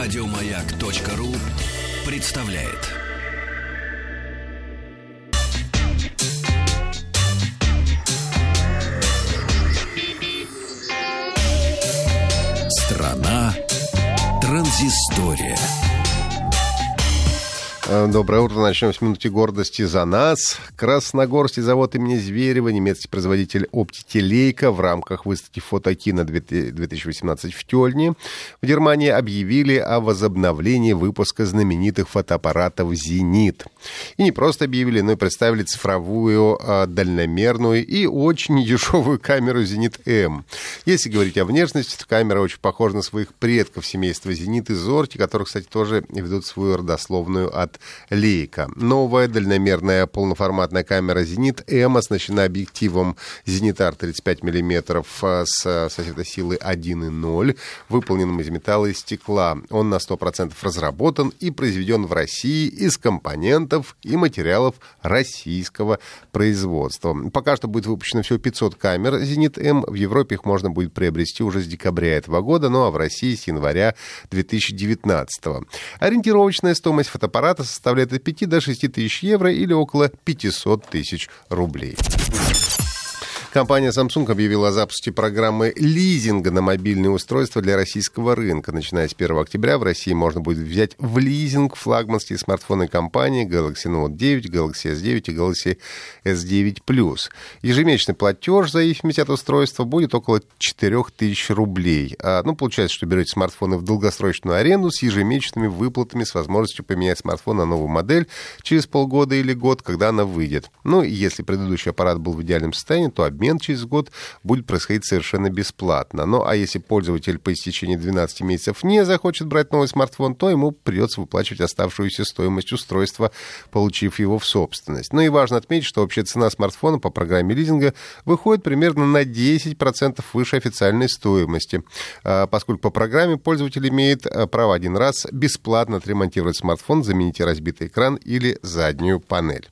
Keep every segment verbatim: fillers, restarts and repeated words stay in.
Радиомаяк.ру представляет. Страна транзистория. Доброе утро. Начнем с минуты гордости за нас. Красногорский завод имени Зверева, немецкий производитель оптики Leica в рамках выставки «Фотокино две тысячи восемнадцать» в Кёльне в Германии объявили о возобновлении выпуска знаменитых фотоаппаратов «Зенит». И не просто объявили, но и представили цифровую, дальномерную и очень дешевую камеру «Зенит-М». Если говорить о внешности, то камера очень похожа на своих предков семейства «Зенит» и «Зорти», которые, кстати, тоже ведут свою родословную от Leica. Новая дальномерная полноформатная камера «Зенит-М» оснащена объективом «Зенитар» тридцать пять миллиметров с светосилой один и ноль, выполненным из металла и стекла. Он на сто процентов разработан и произведен в России из компонентов и материалов российского производства. Пока что будет выпущено всего пятьсот камер «Зенит-М». В Европе их можно будет приобрести уже с декабря этого года, ну а в России с января две тысячи девятнадцатого. Ориентировочная стоимость фотоаппарата составляет от пяти до шести тысяч евро или около пятьсот тысяч рублей. Компания Samsung объявила о запуске программы лизинга на мобильные устройства для российского рынка. Начиная с первого октября в России можно будет взять в лизинг флагманские смартфоны компании Galaxy Note девять, Galaxy эс девять и Galaxy эс девять плюс. Ежемесячный платеж в зависимости от устройства будет около четырех тысяч рублей. А, ну, получается, что берете смартфоны в долгосрочную аренду с ежемесячными выплатами с возможностью поменять смартфон на новую модель через полгода или год, когда она выйдет. Ну, и если предыдущий аппарат был в идеальном состоянии, то обмен через год будет происходить совершенно бесплатно. Ну, а если пользователь по истечении двенадцати месяцев не захочет брать новый смартфон, то ему придется выплачивать оставшуюся стоимость устройства, получив его в собственность. Ну и важно отметить, что общая цена смартфона по программе лизинга выходит примерно на десять процентов выше официальной стоимости, поскольку по программе пользователь имеет право один раз бесплатно отремонтировать смартфон, заменить разбитый экран или заднюю панель.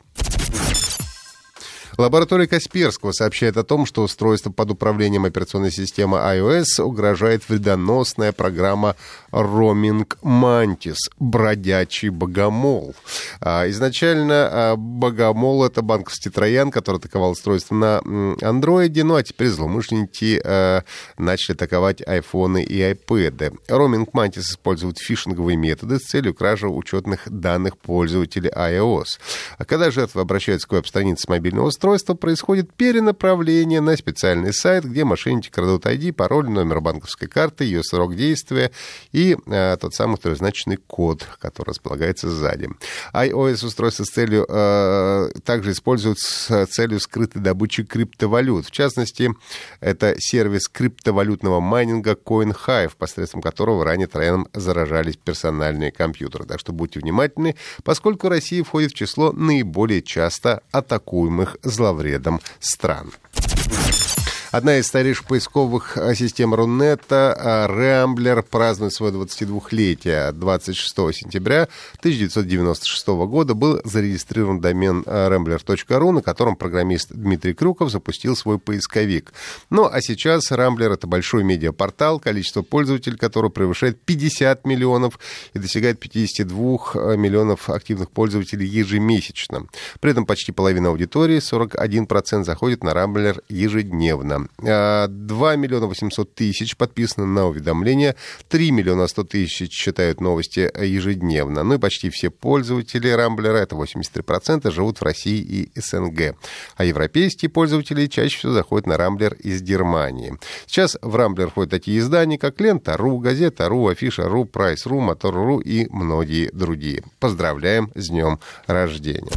Лаборатория Касперского сообщает о том, что устройству под управлением операционной системы iOS угрожает вредоносная программа Roaming Mantis, бродячий богомол. А, изначально а, богомол — это банковский троян, который атаковал устройство на андроиде, ну а теперь злоумышленники а, начали атаковать айфоны и айпэды. Roaming Mantis использует фишинговые методы с целью кражи учетных данных пользователей iOS. А когда жертвы обращаются к веб-странице мобильного устройства, происходит перенаправление на специальный сайт, где мошенники крадут ай ди, пароль, номер банковской карты, ее срок действия и э, тот самый трехзначный код, который располагается сзади. iOS-устройство с целью э, также используют с целью скрытой добычи криптовалют. В частности, это сервис криптовалютного майнинга CoinHive, посредством которого ранее троянам заражались персональные компьютеры. Так что будьте внимательны, поскольку Россия входит в число наиболее часто атакуемых зловредом стран. Одна из старейших поисковых систем Рунета, Rambler, празднует свое двадцатидвухлетие. двадцать шестого сентября тысяча девятьсот девяносто шестого года был зарегистрирован домен рэмблер точка ру, на котором программист Дмитрий Крюков запустил свой поисковик. Ну, а сейчас Rambler — это большой медиапортал, количество пользователей которого превышает пятьдесят миллионов и достигает пятьдесят два миллионов активных пользователей ежемесячно. При этом почти половина аудитории, сорок один процент, заходит на Rambler ежедневно. два миллиона восемьсот тысяч подписаны на уведомления, три миллиона сто тысяч читают новости ежедневно. Ну и почти все пользователи Рамблера, это восемьдесят три процента, живут в России и эс эн гэ. А европейские пользователи чаще всего заходят на Рамблер из Германии. Сейчас в Рамблер входят такие издания, как Лента.ру, Газета.ру, Афиша.ру, Прайс.ру, Мотор.ру и многие другие. Поздравляем с днем рождения!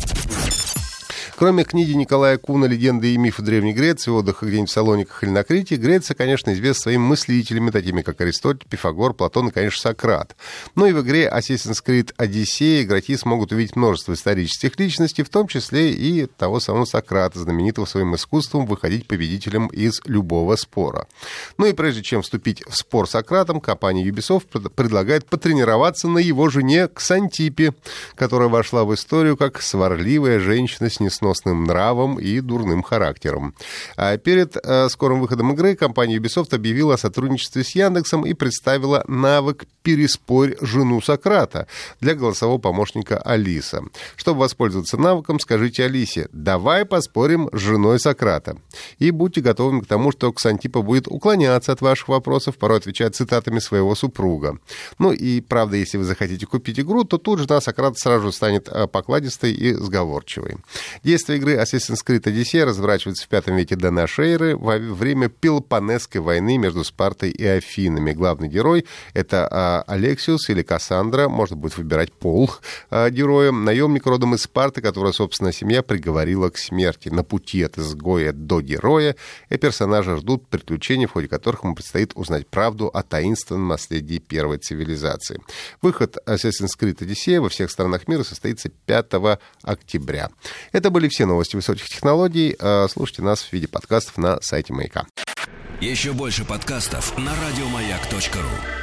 Кроме книги Николая Куна «Легенды и мифы Древней Греции», отдыха где-нибудь в Салониках или на Крите, Греция, конечно, известна своими мыслителями, такими как Аристотель, Пифагор, Платон и, конечно, Сократ. Но и в игре Assassin's Creed Odyssey игроки смогут увидеть множество исторических личностей, в том числе и того самого Сократа, знаменитого своим искусством выходить победителем из любого спора. Ну и прежде чем вступить в спор с Сократом, компания Ubisoft предлагает потренироваться на его жене Ксантипе, которая вошла в историю как сварливая женщина с несносным вредоносным нравом и дурным характером. А перед а, скорым выходом игры компания Ubisoft объявила о сотрудничестве с Яндексом и представила навык «Переспорь жену Сократа» для голосового помощника Алиса. Чтобы воспользоваться навыком, скажите Алисе: «Давай поспорим с женой Сократа». И будьте готовы к тому, что Ксантипа будет уклоняться от ваших вопросов, порой отвечать цитатами своего супруга. Ну и, правда, если вы захотите купить игру, то тут жена Сократа сразу станет покладистой и сговорчивой. Действие игры Assassin's Creed Odyssey разворачивается в пятом веке до нашей эры, во время Пелопоннесской войны между Спартой и Афинами. Главный герой — это Алексиус или Кассандра, можно будет выбирать пол героя, наемник родом из Спарты, которого собственная семья приговорила к смерти. На пути от изгоя до героя и персонажа ждут приключений, в ходе которых ему предстоит узнать правду о таинственном наследии первой цивилизации. Выход Assassin's Creed Odyssey во всех странах мира состоится пятого октября. Это были все новости высоких технологий. Слушайте нас в виде подкастов на сайте Маяка. Еще больше подкастов на радиомаяк точка ру.